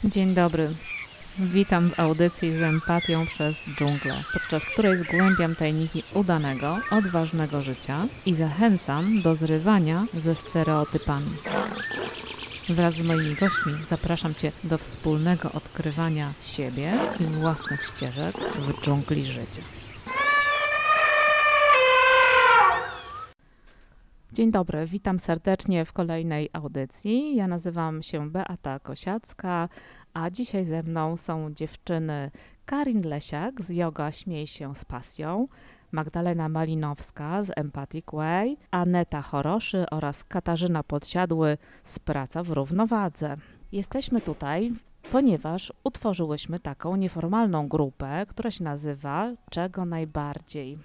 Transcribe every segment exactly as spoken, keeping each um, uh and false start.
Dzień dobry. Witam w audycji z empatią przez dżunglę, podczas której zgłębiam tajniki udanego, odważnego życia i zachęcam do zrywania ze stereotypami. Wraz z moimi gośćmi zapraszam Cię do wspólnego odkrywania siebie i własnych ścieżek w dżungli życia. Dzień dobry, witam serdecznie w kolejnej audycji. Ja nazywam się Beata Kosiacka, a dzisiaj ze mną są dziewczyny Karin Lesiak z Yoga Śmiej się z pasją, Magdalena Malinowska z Empathic Way, Aneta Choroszy oraz Katarzyna Podsiadły z Praca w Równowadze. Jesteśmy tutaj, ponieważ utworzyłyśmy taką nieformalną grupę, która się nazywa Czego Najbardziej.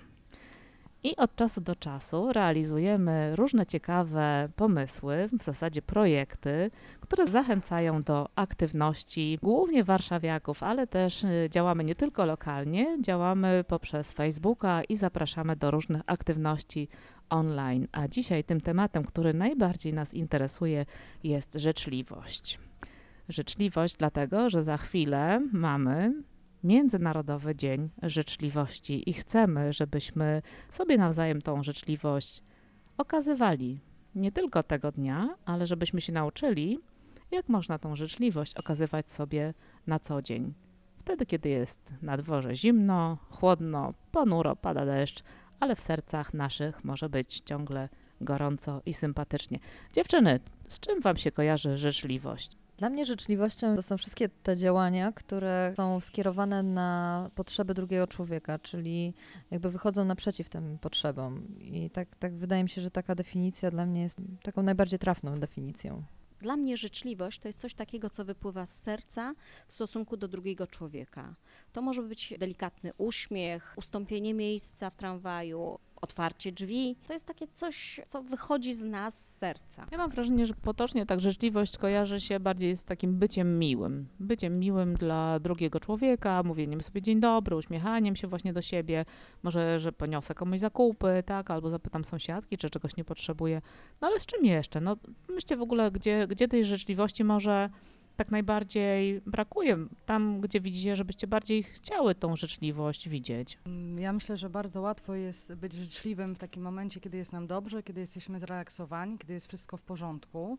I od czasu do czasu realizujemy różne ciekawe pomysły, w zasadzie projekty, które zachęcają do aktywności głównie warszawiaków, ale też działamy nie tylko lokalnie, działamy poprzez Facebooka i zapraszamy do różnych aktywności online. A dzisiaj tym tematem, który najbardziej nas interesuje, jest życzliwość. Życzliwość dlatego, że za chwilę mamy Międzynarodowy Dzień Życzliwości i chcemy, żebyśmy sobie nawzajem tą życzliwość okazywali nie tylko tego dnia, ale żebyśmy się nauczyli, jak można tą życzliwość okazywać sobie na co dzień. Wtedy, kiedy jest na dworze zimno, chłodno, ponuro, pada deszcz, ale w sercach naszych może być ciągle gorąco i sympatycznie. Dziewczyny, z czym wam się kojarzy życzliwość? Dla mnie życzliwością to są wszystkie te działania, które są skierowane na potrzeby drugiego człowieka, czyli jakby wychodzą naprzeciw tym potrzebom. I tak, tak wydaje mi się, że taka definicja dla mnie jest taką najbardziej trafną definicją. Dla mnie życzliwość to jest coś takiego, co wypływa z serca w stosunku do drugiego człowieka. To może być delikatny uśmiech, ustąpienie miejsca w tramwaju, otwarcie drzwi. To jest takie coś, co wychodzi z nas z serca. Ja mam wrażenie, że potocznie tak życzliwość kojarzy się bardziej z takim byciem miłym. Byciem miłym dla drugiego człowieka, mówieniem sobie dzień dobry, uśmiechaniem się właśnie do siebie. Może, że poniosę komuś zakupy, tak, albo zapytam sąsiadki, czy czegoś nie potrzebuje. No ale z czym jeszcze? No myślcie w ogóle, gdzie, gdzie tej życzliwości może tak najbardziej brakuje, tam gdzie widzicie, żebyście bardziej chciały tą życzliwość widzieć. Ja myślę, że bardzo łatwo jest być życzliwym w takim momencie, kiedy jest nam dobrze, kiedy jesteśmy zrelaksowani, kiedy jest wszystko w porządku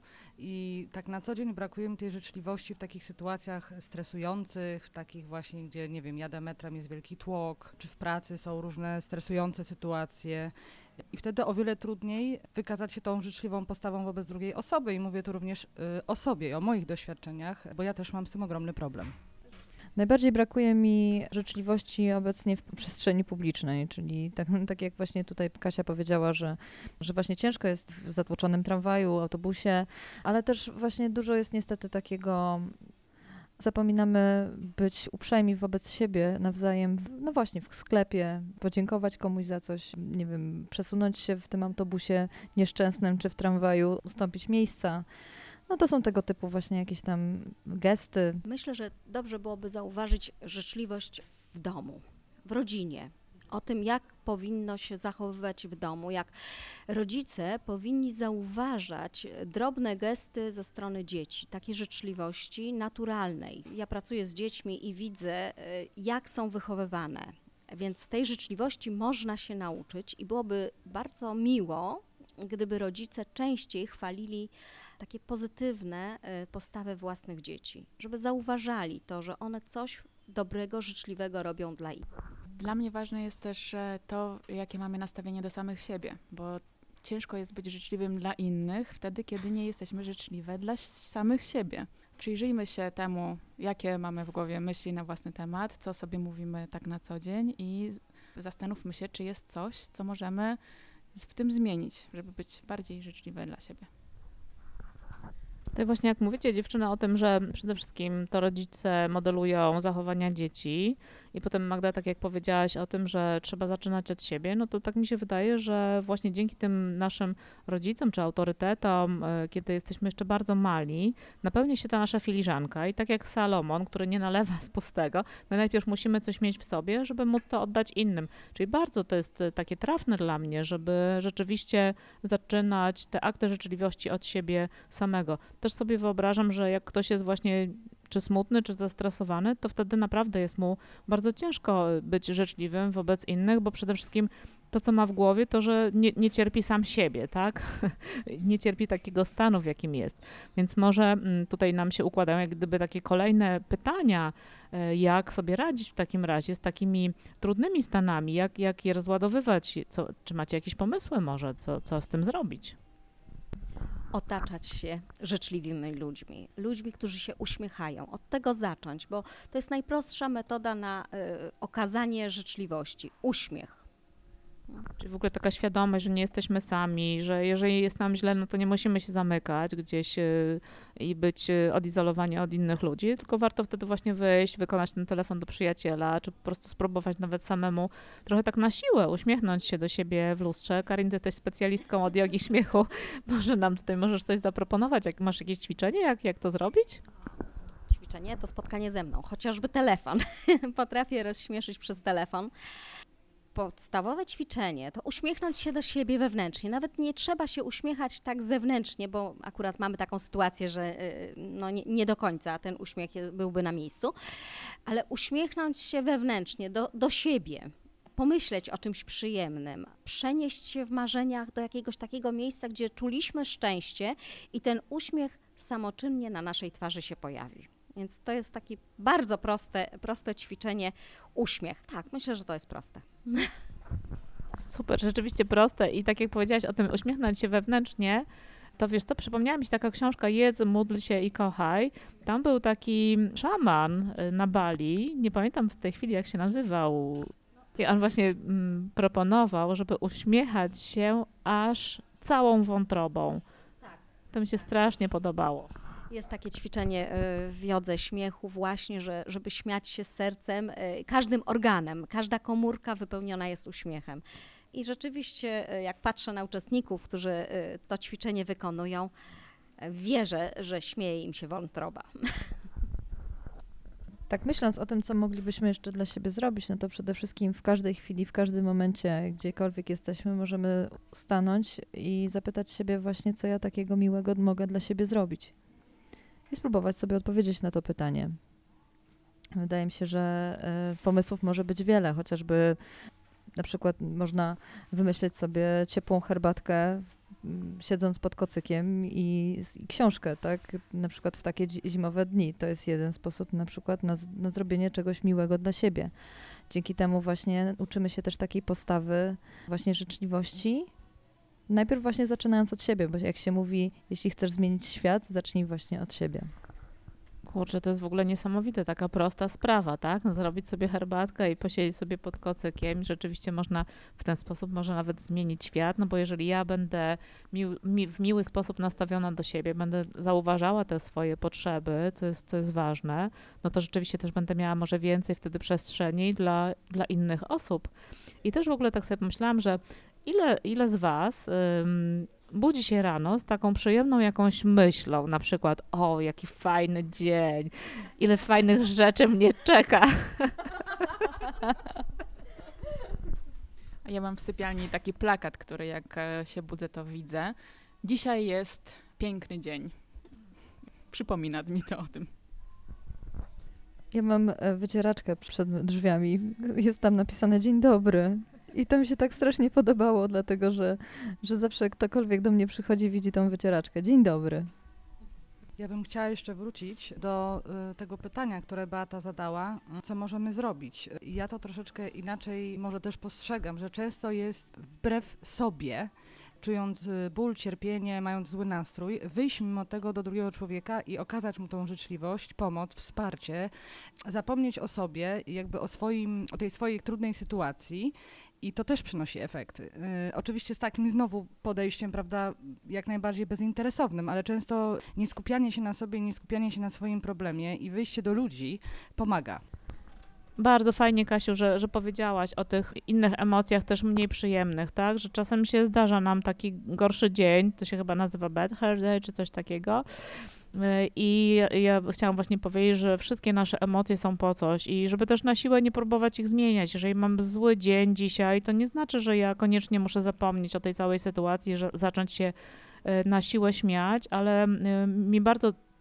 i tak na co dzień brakuje mi tej życzliwości w takich sytuacjach stresujących, w takich właśnie, gdzie nie wiem, jadę metrem, jest wielki tłok, czy w pracy są różne stresujące sytuacje. I wtedy o wiele trudniej wykazać się tą życzliwą postawą wobec drugiej osoby i mówię tu również y, o sobie i o moich doświadczeniach, bo ja też mam z tym ogromny problem. Najbardziej brakuje mi życzliwości obecnie w przestrzeni publicznej, czyli tak, tak jak właśnie tutaj Kasia powiedziała, że, że właśnie ciężko jest w zatłoczonym tramwaju, autobusie, ale też właśnie dużo jest niestety takiego. Zapominamy być uprzejmi wobec siebie nawzajem, no właśnie w sklepie, podziękować komuś za coś, nie wiem, przesunąć się w tym autobusie nieszczęsnym czy w tramwaju, ustąpić miejsca. No to są tego typu właśnie jakieś tam gesty. Myślę, że dobrze byłoby zauważyć życzliwość w domu, w rodzinie. O tym, jak powinno się zachowywać w domu, jak rodzice powinni zauważać drobne gesty ze strony dzieci, takiej życzliwości naturalnej. Ja pracuję z dziećmi i widzę, jak są wychowywane, więc z tej życzliwości można się nauczyć i byłoby bardzo miło, gdyby rodzice częściej chwalili takie pozytywne postawy własnych dzieci, żeby zauważali to, że one coś dobrego, życzliwego robią dla ich. Dla mnie ważne jest też to, jakie mamy nastawienie do samych siebie, bo ciężko jest być życzliwym dla innych wtedy, kiedy nie jesteśmy życzliwe dla samych siebie. Przyjrzyjmy się temu, jakie mamy w głowie myśli na własny temat, co sobie mówimy tak na co dzień i zastanówmy się, czy jest coś, co możemy w tym zmienić, żeby być bardziej życzliwe dla siebie. To właśnie jak mówicie dziewczyny o tym, że przede wszystkim to rodzice modelują zachowania dzieci i potem Magda, tak jak powiedziałaś o tym, że trzeba zaczynać od siebie, no to tak mi się wydaje, że właśnie dzięki tym naszym rodzicom czy autorytetom, kiedy jesteśmy jeszcze bardzo mali, napełnia się ta nasza filiżanka i tak jak Salomon, który nie nalewa z pustego, my najpierw musimy coś mieć w sobie, żeby móc to oddać innym. Czyli bardzo to jest takie trafne dla mnie, żeby rzeczywiście zaczynać te akty życzliwości od siebie samego. Też sobie wyobrażam, że jak ktoś jest właśnie czy smutny, czy zestresowany, to wtedy naprawdę jest mu bardzo ciężko być życzliwym wobec innych, bo przede wszystkim to, co ma w głowie, to, że nie, nie cierpi sam siebie, tak? Nie cierpi takiego stanu, w jakim jest. Więc może mm, tutaj nam się układają jak gdyby takie kolejne pytania, e, jak sobie radzić w takim razie z takimi trudnymi stanami, jak, jak je rozładowywać, co, czy macie jakieś pomysły może, co, co z tym zrobić? Otaczać się życzliwymi ludźmi, ludźmi, którzy się uśmiechają. Od tego zacząć, bo to jest najprostsza metoda na y, okazanie życzliwości. Uśmiech. Czyli w ogóle taka świadomość, że nie jesteśmy sami, że jeżeli jest nam źle, no to nie musimy się zamykać gdzieś y, i być y, odizolowani od innych ludzi, tylko warto wtedy właśnie wyjść, wykonać ten telefon do przyjaciela, czy po prostu spróbować nawet samemu trochę tak na siłę uśmiechnąć się do siebie w lustrze. Karin, ty jesteś specjalistką od jogi śmiechu, może nam tutaj możesz coś zaproponować, jak masz jakieś ćwiczenie, jak, jak to zrobić? Ćwiczenie to spotkanie ze mną, chociażby telefon. Potrafię rozśmieszyć przez telefon. Podstawowe ćwiczenie to uśmiechnąć się do siebie wewnętrznie. Nawet nie trzeba się uśmiechać tak zewnętrznie, bo akurat mamy taką sytuację, że no nie, nie do końca ten uśmiech jest, byłby na miejscu, ale uśmiechnąć się wewnętrznie do, do siebie, pomyśleć o czymś przyjemnym, przenieść się w marzeniach do jakiegoś takiego miejsca, gdzie czuliśmy szczęście i ten uśmiech samoczynnie na naszej twarzy się pojawi. Więc to jest takie bardzo proste, proste ćwiczenie, uśmiech. Tak, myślę, że to jest proste. Super, rzeczywiście proste i tak jak powiedziałaś o tym uśmiechnąć się wewnętrznie, to wiesz co, przypomniała mi się taka książka Jedz, módl się i kochaj. Tam był taki szaman na Bali, nie pamiętam w tej chwili jak się nazywał. I on właśnie mm, proponował, żeby uśmiechać się aż całą wątrobą. To mi się strasznie podobało. Jest takie ćwiczenie w jodze śmiechu właśnie, że, żeby śmiać się z sercem, każdym organem, każda komórka wypełniona jest uśmiechem. I rzeczywiście, jak patrzę na uczestników, którzy to ćwiczenie wykonują, wierzę, że śmieje im się wątroba. Tak myśląc o tym, co moglibyśmy jeszcze dla siebie zrobić, no to przede wszystkim w każdej chwili, w każdym momencie, gdziekolwiek jesteśmy, możemy stanąć i zapytać siebie właśnie, co ja takiego miłego mogę dla siebie zrobić. I spróbować sobie odpowiedzieć na to pytanie. Wydaje mi się, że y, pomysłów może być wiele, chociażby na przykład można wymyśleć sobie ciepłą herbatkę, y, siedząc pod kocykiem i, i książkę, tak? Na przykład w takie dzi- zimowe dni. To jest jeden sposób na przykład na, na zrobienie czegoś miłego dla siebie. Dzięki temu właśnie uczymy się też takiej postawy właśnie życzliwości. Najpierw właśnie zaczynając od siebie, bo jak się mówi, jeśli chcesz zmienić świat, zacznij właśnie od siebie. Kurczę, to jest w ogóle niesamowite, taka prosta sprawa, tak? No, zrobić sobie herbatkę i posiedzieć sobie pod kocykiem. Rzeczywiście można w ten sposób może nawet zmienić świat, no bo jeżeli ja będę mił, mi, w miły sposób nastawiona do siebie, będę zauważała te swoje potrzeby, co jest, co jest ważne, no to rzeczywiście też będę miała może więcej wtedy przestrzeni dla, dla innych osób. I też w ogóle tak sobie pomyślałam, że ile, ile z was ym, budzi się rano z taką przyjemną jakąś myślą, na przykład, o, jaki fajny dzień, ile fajnych rzeczy mnie czeka. Ja mam w sypialni taki plakat, który jak e, się budzę, to widzę. Dzisiaj jest piękny dzień. Przypomina mi to o tym. Ja mam e, wycieraczkę przed drzwiami. Jest tam napisane dzień dobry. I to mi się tak strasznie podobało, dlatego że, że zawsze ktokolwiek do mnie przychodzi, widzi tą wycieraczkę. Dzień dobry. Ja bym chciała jeszcze wrócić do y, tego pytania, które Beata zadała, co możemy zrobić. Ja to troszeczkę inaczej może też postrzegam, że często jest wbrew sobie, czując ból, cierpienie, mając zły nastrój, wyjść mimo tego do drugiego człowieka i okazać mu tą życzliwość, pomoc, wsparcie, zapomnieć o sobie, jakby o swoim, o tej swojej trudnej sytuacji. I to też przynosi efekty. Yy, oczywiście z takim znowu podejściem, prawda, jak najbardziej bezinteresownym, ale często nie skupianie się na sobie, nie skupianie się na swoim problemie i wyjście do ludzi pomaga. Bardzo fajnie, Kasiu, że, że powiedziałaś o tych innych emocjach, też mniej przyjemnych, tak? Że czasem się zdarza nam taki gorszy dzień, to się chyba nazywa bad hair day, czy coś takiego. I ja chciałam właśnie powiedzieć, że wszystkie nasze emocje są po coś i żeby też na siłę nie próbować ich zmieniać. Jeżeli mam zły dzień dzisiaj, to nie znaczy, że ja koniecznie muszę zapomnieć o tej całej sytuacji, że zacząć się na siłę śmiać, ale mi bardzo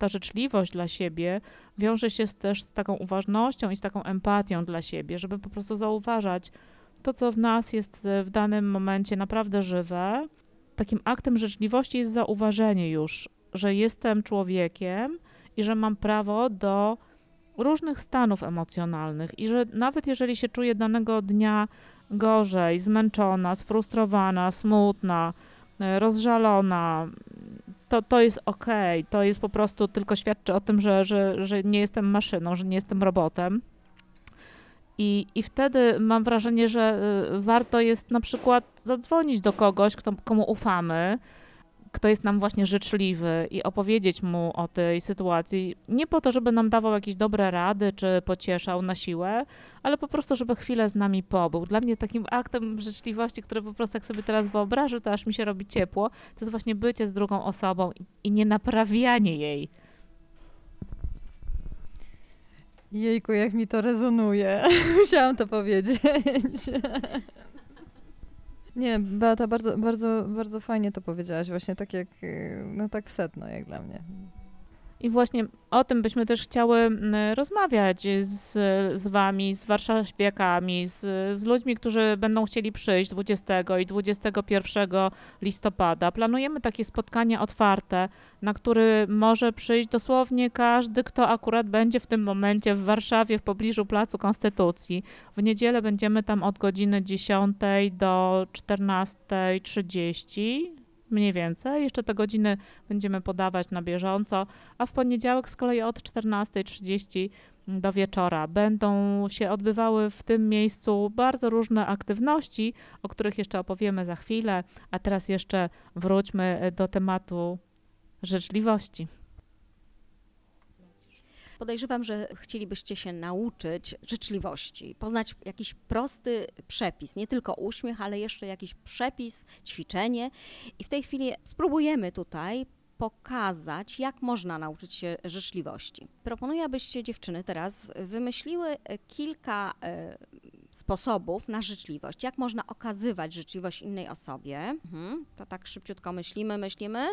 ta życzliwość dla siebie wiąże się z, też z taką uważnością i z taką empatią dla siebie, żeby po prostu zauważać to, co w nas jest w danym momencie naprawdę żywe. Takim aktem życzliwości jest zauważenie już, że jestem człowiekiem i że mam prawo do różnych stanów emocjonalnych i że nawet jeżeli się czuję danego dnia gorzej, zmęczona, sfrustrowana, smutna, rozżalona, to, to jest okej, to jest po prostu tylko świadczy o tym, że, że, że nie jestem maszyną, że nie jestem robotem. I, I wtedy mam wrażenie, że y, warto jest na przykład zadzwonić do kogoś, kto, komu ufamy, kto jest nam właśnie życzliwy i opowiedzieć mu o tej sytuacji. Nie po to, żeby nam dawał jakieś dobre rady, czy pocieszał na siłę, ale po prostu, żeby chwilę z nami pobył. Dla mnie takim aktem życzliwości, który po prostu jak sobie teraz wyobrażę, to aż mi się robi ciepło, to jest właśnie bycie z drugą osobą i, i nie naprawianie jej. Jejku, jak mi to rezonuje. Musiałam to powiedzieć. Nie, Beata, bardzo, bardzo, bardzo fajnie to powiedziałaś, właśnie tak jak, no tak w sedno, jak dla mnie. I właśnie o tym byśmy też chciały mm, rozmawiać z, z wami, z warszawiakami, z, z ludźmi, którzy będą chcieli przyjść dwudziestego i dwudziestego pierwszego listopada. Planujemy takie spotkania otwarte, na które może przyjść dosłownie każdy, kto akurat będzie w tym momencie w Warszawie, w pobliżu Placu Konstytucji. W niedzielę będziemy tam od godziny dziesiątej do czternastej trzydzieści. Mniej więcej. Jeszcze te godziny będziemy podawać na bieżąco, a w poniedziałek z kolei od czternastej trzydzieści do wieczora będą się odbywały w tym miejscu bardzo różne aktywności, o których jeszcze opowiemy za chwilę, a teraz jeszcze wróćmy do tematu życzliwości. Podejrzewam, że chcielibyście się nauczyć życzliwości, poznać jakiś prosty przepis, nie tylko uśmiech, ale jeszcze jakiś przepis, ćwiczenie. I w tej chwili spróbujemy tutaj pokazać, jak można nauczyć się życzliwości. Proponuję, abyście dziewczyny teraz wymyśliły kilka e, sposobów na życzliwość. Jak można okazywać życzliwość innej osobie. Mhm, to tak szybciutko myślimy, myślimy.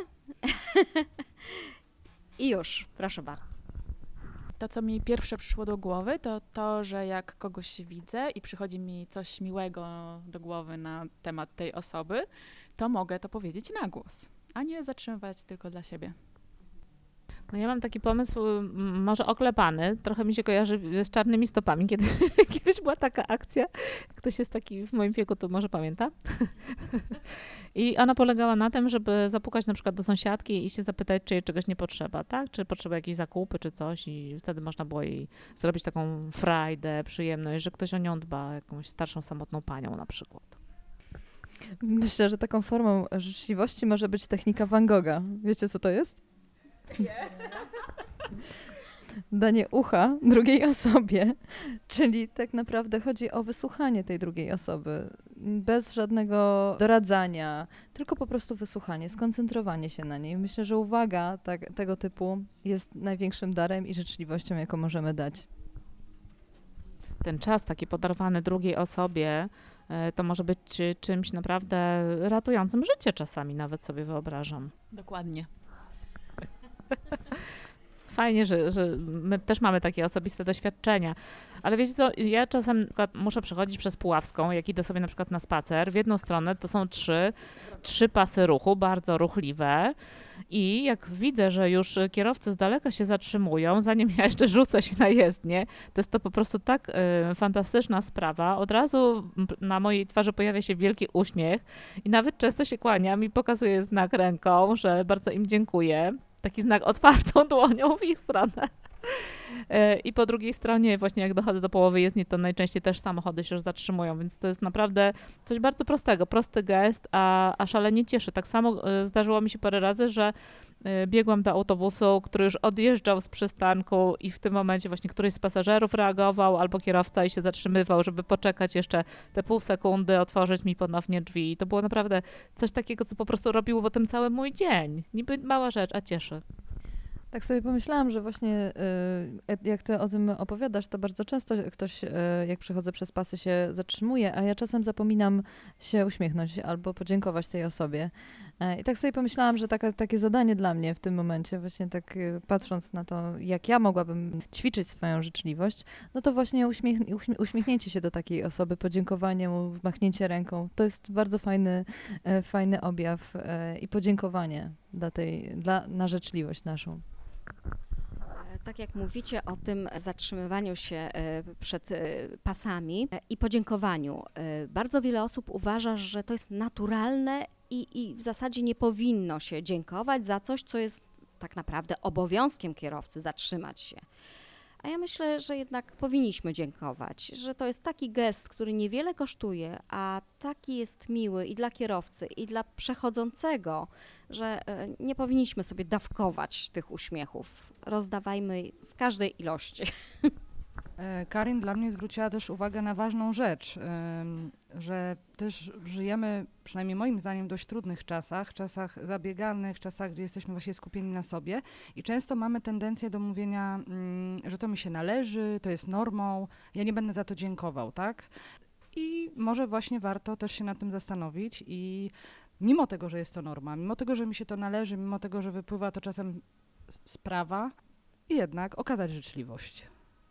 I już, proszę bardzo. To, co mi pierwsze przyszło do głowy, to to, że jak kogoś widzę i przychodzi mi coś miłego do głowy na temat tej osoby, to mogę to powiedzieć na głos, a nie zatrzymywać tylko dla siebie. No ja mam taki pomysł, m, może oklepany, trochę mi się kojarzy z czarnymi stopami, kiedy kiedyś była taka akcja, ktoś jest taki w moim wieku, to może pamięta. I ona polegała na tym, żeby zapukać na przykład do sąsiadki i się zapytać, czy jej czegoś nie potrzeba, tak? Czy potrzeba jakiejś zakupy, czy coś i wtedy można było jej zrobić taką frajdę, przyjemność, że ktoś o nią dba, jakąś starszą, samotną panią na przykład. Myślę, że taką formą życzliwości może być technika Van Gogha. Wiecie, co to jest? Danie ucha drugiej osobie, czyli tak naprawdę chodzi o wysłuchanie tej drugiej osoby, bez żadnego doradzania, tylko po prostu wysłuchanie, skoncentrowanie się na niej. Myślę, że uwaga tak, tego typu jest największym darem i życzliwością, jaką możemy dać. Ten czas taki podarowany drugiej osobie, to może być czymś naprawdę ratującym życie czasami, nawet sobie wyobrażam. Dokładnie. Fajnie, że, że my też mamy takie osobiste doświadczenia. Ale wiecie co, ja czasem na przykład muszę przechodzić przez Puławską, jak idę sobie na przykład na spacer. W jedną stronę to są trzy, trzy pasy ruchu, bardzo ruchliwe. I jak widzę, że już kierowcy z daleka się zatrzymują, zanim ja jeszcze rzucę się na jezdnię, to jest to po prostu tak y, fantastyczna sprawa. Od razu na mojej twarzy pojawia się wielki uśmiech i nawet często się kłaniam i pokazuję znak ręką, że bardzo im dziękuję. Taki znak otwartą dłonią w ich stronę. I po drugiej stronie właśnie jak dochodzę do połowy jezdni, to najczęściej też samochody się już zatrzymują, więc to jest naprawdę coś bardzo prostego, prosty gest, a, a szalenie cieszy. Tak samo zdarzyło mi się parę razy, że biegłam do autobusu, który już odjeżdżał z przystanku i w tym momencie właśnie któryś z pasażerów reagował albo kierowca i się zatrzymywał, żeby poczekać jeszcze te pół sekundy, otworzyć mi ponownie drzwi. I to było naprawdę coś takiego, co po prostu robiło potem cały mój dzień. Niby mała rzecz, a cieszy. Tak sobie pomyślałam, że właśnie y, jak ty o tym opowiadasz, to bardzo często ktoś, y, jak przechodzę przez pasy, się zatrzymuje, a ja czasem zapominam się uśmiechnąć albo podziękować tej osobie. E, I tak sobie pomyślałam, że taka, takie zadanie dla mnie w tym momencie, właśnie tak e, patrząc na to, jak ja mogłabym ćwiczyć swoją życzliwość, no to właśnie uśmiech, uśmie- uśmiechnięcie się do takiej osoby, podziękowanie mu, machnięcie ręką, to jest bardzo fajny, e, fajny objaw e, i podziękowanie dla tej, dla, na życzliwość naszą. Tak jak mówicie o tym zatrzymywaniu się e, przed e, pasami e, i podziękowaniu, e, bardzo wiele osób uważa, że to jest naturalne i, i w zasadzie nie powinno się dziękować za coś, co jest tak naprawdę obowiązkiem kierowcy, zatrzymać się. A ja myślę, że jednak powinniśmy dziękować, że to jest taki gest, który niewiele kosztuje, a taki jest miły i dla kierowcy, i dla przechodzącego, że e, nie powinniśmy sobie dawkować tych uśmiechów. Rozdawajmy w każdej ilości. E, Karin dla mnie zwróciła też uwagę na ważną rzecz, em, że też żyjemy, przynajmniej moim zdaniem, w dość trudnych czasach, czasach zabieganych, czasach, gdzie jesteśmy właśnie skupieni na sobie i często mamy tendencję do mówienia, mm, że to mi się należy, to jest normą, ja nie będę za to dziękował, tak? I może właśnie warto też się nad tym zastanowić i mimo tego, że jest to norma, mimo tego, że mi się to należy, mimo tego, że wypływa to czasem z prawa, jednak okazać życzliwość.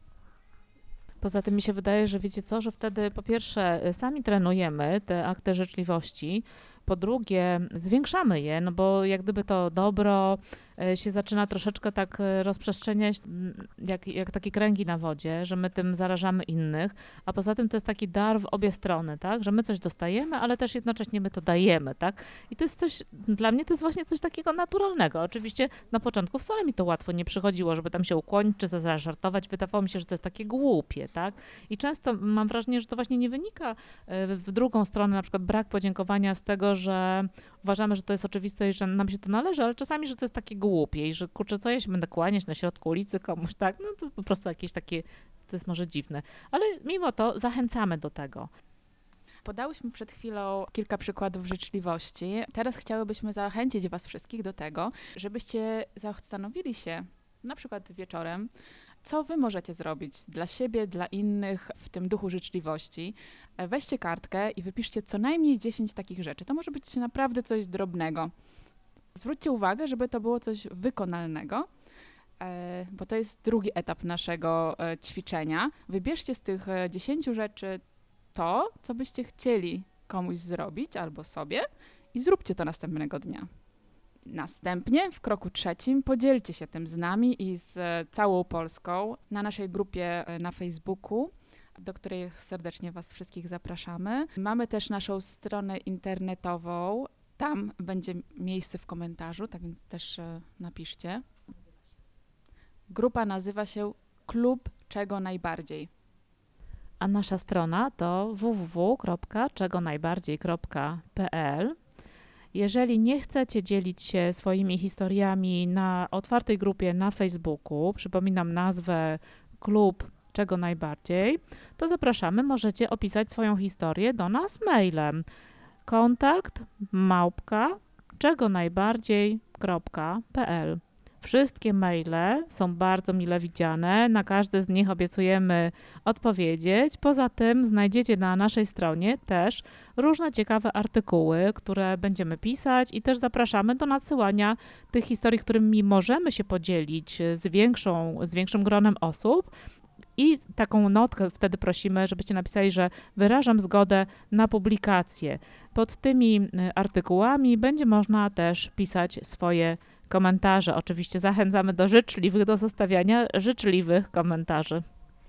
Poza tym mi się wydaje, że wiecie co, że wtedy po pierwsze y, sami trenujemy te akty życzliwości, po drugie zwiększamy je, no bo jak gdyby to dobro y, się zaczyna troszeczkę tak y, rozprzestrzeniać mm, jak, jak takie kręgi na wodzie, że my tym zarażamy innych, a poza tym to jest taki dar w obie strony, tak, że my coś dostajemy, ale też jednocześnie my to dajemy, tak, i to jest coś, dla mnie to jest właśnie coś takiego naturalnego. Oczywiście na początku wcale mi to łatwo nie przychodziło, żeby tam się ukłonić czy zażartować, wydawało mi się, że to jest takie głupie, tak, i często mam wrażenie, że to właśnie nie wynika y, w drugą stronę, na przykład brak podziękowania z tego, że uważamy, że to jest oczywiste i że nam się to należy, ale czasami, że to jest takie głupie i że kurczę, co ja się będę kłaniać na środku ulicy komuś, tak, no to po prostu jakieś takie, to jest może dziwne, ale mimo to zachęcamy do tego. Podałyśmy przed chwilą kilka przykładów życzliwości. Teraz chciałybyśmy zachęcić Was wszystkich do tego, żebyście zastanowili się, na przykład wieczorem, co Wy możecie zrobić dla siebie, dla innych w tym duchu życzliwości. Weźcie kartkę i wypiszcie co najmniej dziesięć takich rzeczy. To może być naprawdę coś drobnego. Zwróćcie uwagę, żeby to było coś wykonalnego, e, bo to jest drugi etap naszego e, ćwiczenia. Wybierzcie z tych e, dziesięciu rzeczy to, co byście chcieli komuś zrobić albo sobie i zróbcie to następnego dnia. Następnie w kroku trzecim podzielcie się tym z nami i z e, całą Polską na naszej grupie e, na Facebooku, do której serdecznie Was wszystkich zapraszamy. Mamy też naszą stronę internetową, tam będzie miejsce w komentarzu, tak więc też e, napiszcie. Grupa nazywa się Klub Czego Najbardziej. A nasza strona to w w w kropka czego najbardziej kropka p l. Jeżeli nie chcecie dzielić się swoimi historiami na otwartej grupie na Facebooku, przypominam nazwę Klub Czego Najbardziej, to zapraszamy, możecie opisać swoją historię do nas mailem kontakt małpka czego najbardziej kropka p l. Wszystkie maile są bardzo mile widziane, na każdy z nich obiecujemy odpowiedzieć. Poza tym znajdziecie na naszej stronie też różne ciekawe artykuły, które będziemy pisać i też zapraszamy do nadsyłania tych historii, którymi możemy się podzielić z, większą, z większym gronem osób. I taką notkę wtedy prosimy, żebyście napisali, że wyrażam zgodę na publikację. Pod tymi artykułami będzie można też pisać swoje komentarze. Oczywiście zachęcamy do życzliwych, do zostawiania życzliwych komentarzy.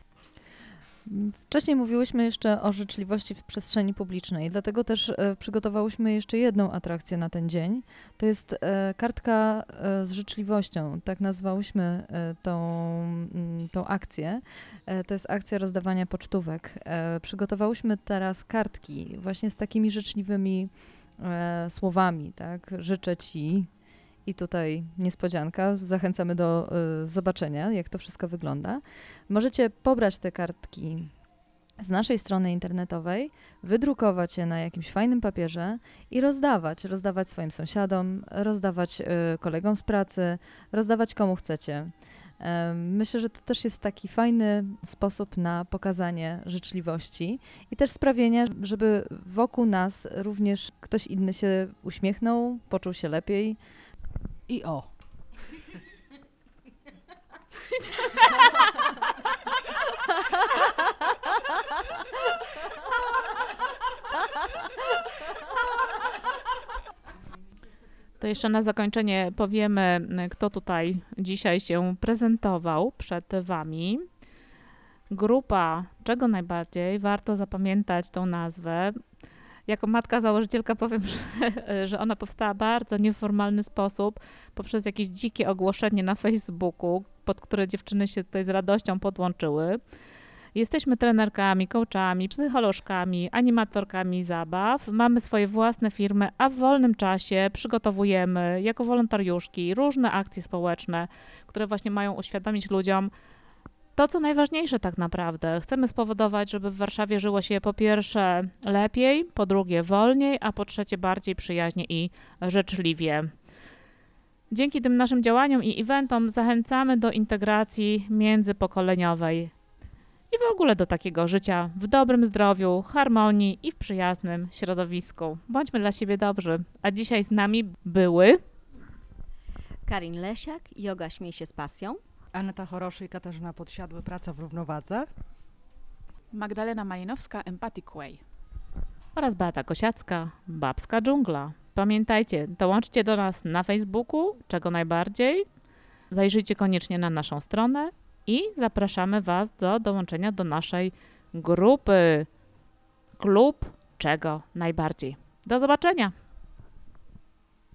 Wcześniej mówiłyśmy jeszcze o życzliwości w przestrzeni publicznej, dlatego też e, przygotowałyśmy jeszcze jedną atrakcję na ten dzień. To jest e, kartka e, z życzliwością, tak nazwałyśmy e, tą, m, tą akcję. E, to jest akcja rozdawania pocztówek. E, przygotowałyśmy teraz kartki właśnie z takimi życzliwymi e, słowami, tak? Życzę Ci. I tutaj niespodzianka, zachęcamy do y, zobaczenia, jak to wszystko wygląda. Możecie pobrać te kartki z naszej strony internetowej, wydrukować je na jakimś fajnym papierze i rozdawać. Rozdawać swoim sąsiadom, rozdawać y, kolegom z pracy, rozdawać komu chcecie. Em, Myślę, że to też jest taki fajny sposób na pokazanie życzliwości i też sprawienie, żeby wokół nas również ktoś inny się uśmiechnął, poczuł się lepiej. I o. To jeszcze na zakończenie powiemy, kto tutaj dzisiaj się prezentował przed Wami. Grupa Czego Najbardziej, warto zapamiętać tą nazwę. Jako matka założycielka powiem, że, że ona powstała w bardzo nieformalny sposób, poprzez jakieś dzikie ogłoszenie na Facebooku, pod które dziewczyny się tutaj z radością podłączyły. Jesteśmy trenerkami, coachami, psycholożkami, animatorkami zabaw. Mamy swoje własne firmy, a w wolnym czasie przygotowujemy jako wolontariuszki różne akcje społeczne, które właśnie mają uświadomić ludziom to, co najważniejsze tak naprawdę. Chcemy spowodować, żeby w Warszawie żyło się po pierwsze lepiej, po drugie wolniej, a po trzecie bardziej przyjaźnie i życzliwie. Dzięki tym naszym działaniom i eventom zachęcamy do integracji międzypokoleniowej i w ogóle do takiego życia w dobrym zdrowiu, harmonii i w przyjaznym środowisku. Bądźmy dla siebie dobrzy. A dzisiaj z nami były Karin Lesiak, Joga Śmiej się z pasją. Aneta Choroszy i Katarzyna Podsiadły, Praca w równowadze. Magdalena Malinowska, Empathic Way. oraz Beata Kosiacka, Babska Dżungla. Pamiętajcie, dołączcie do nas na Facebooku, Czego Najbardziej. Zajrzyjcie koniecznie na naszą stronę i zapraszamy Was do dołączenia do naszej grupy Klub Czego Najbardziej. Do zobaczenia!